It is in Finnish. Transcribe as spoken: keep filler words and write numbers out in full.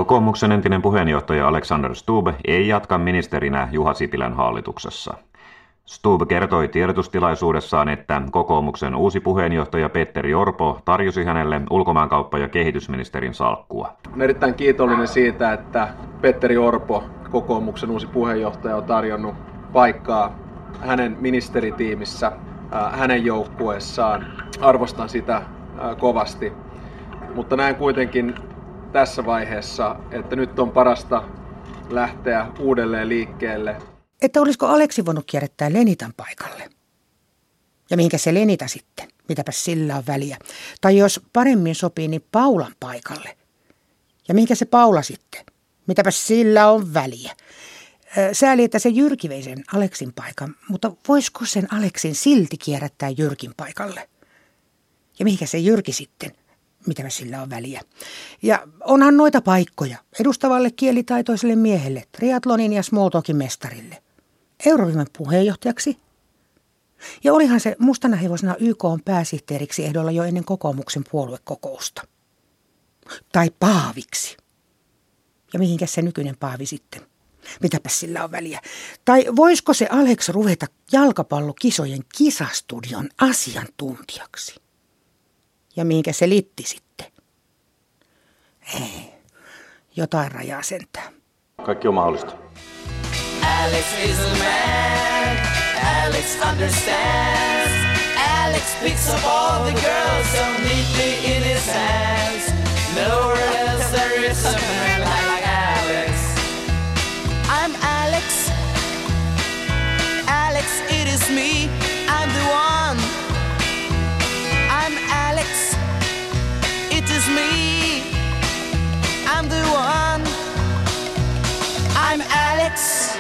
Kokoomuksen entinen puheenjohtaja Alexander Stubb ei jatka ministerinä Juha Sipilän hallituksessa. Stubb kertoi tiedotustilaisuudessaan, että kokoomuksen uusi puheenjohtaja Petteri Orpo tarjosi hänelle ulkomaankauppa- ja kehitysministerin salkkua. Olen erittäin kiitollinen siitä, että Petteri Orpo, kokoomuksen uusi puheenjohtaja, on tarjonnut paikkaa hänen ministeritiimissä, hänen joukkueessaan. Arvostan sitä kovasti, mutta näen kuitenkin tässä vaiheessa, että nyt on parasta lähteä uudelleen liikkeelle. Että olisiko Aleksi voinut kierrättää Lenitan paikalle? Ja mihinkä se Lenita sitten? Mitäpäs sillä on väliä? Tai jos paremmin sopii, niin Paulan paikalle. Ja mihinkä se Paula sitten? Mitäpäs sillä on väliä? Sääli, että se Jyrki vei sen Aleksin paikan, mutta voisiko sen Aleksin silti kierrättää Jyrkin paikalle? Ja mihinkä se Jyrki sitten? Mitä sillä on väliä? Ja onhan noita paikkoja edustavalle kielitaitoiselle miehelle, triatlonin ja small talkin mestarille, euroryhmän puheenjohtajaksi. Ja olihan se mustana hevosena Y K:n pääsihteeriksi ehdolla jo ennen kokoomuksen puoluekokousta. Tai paaviksi. Ja mihinkä se nykyinen paavi sitten? Mitäpäs sillä on väliä? Tai voisiko se Alex ruveta jalkapallokisojen kisastudion asiantuntijaksi? Ja mihinkä se litti sitten? Ei, jotain rajaa sentään. Kaikki on mahdollista. Alex is a man. Alex understands. Alex picks up all the girls so neatly in his hands. Nowhere else there is a man like Alex. I'm Alex. Alex, it is me. I'm the one. I'm Alex. It is me. I'm the one. I'm Alex.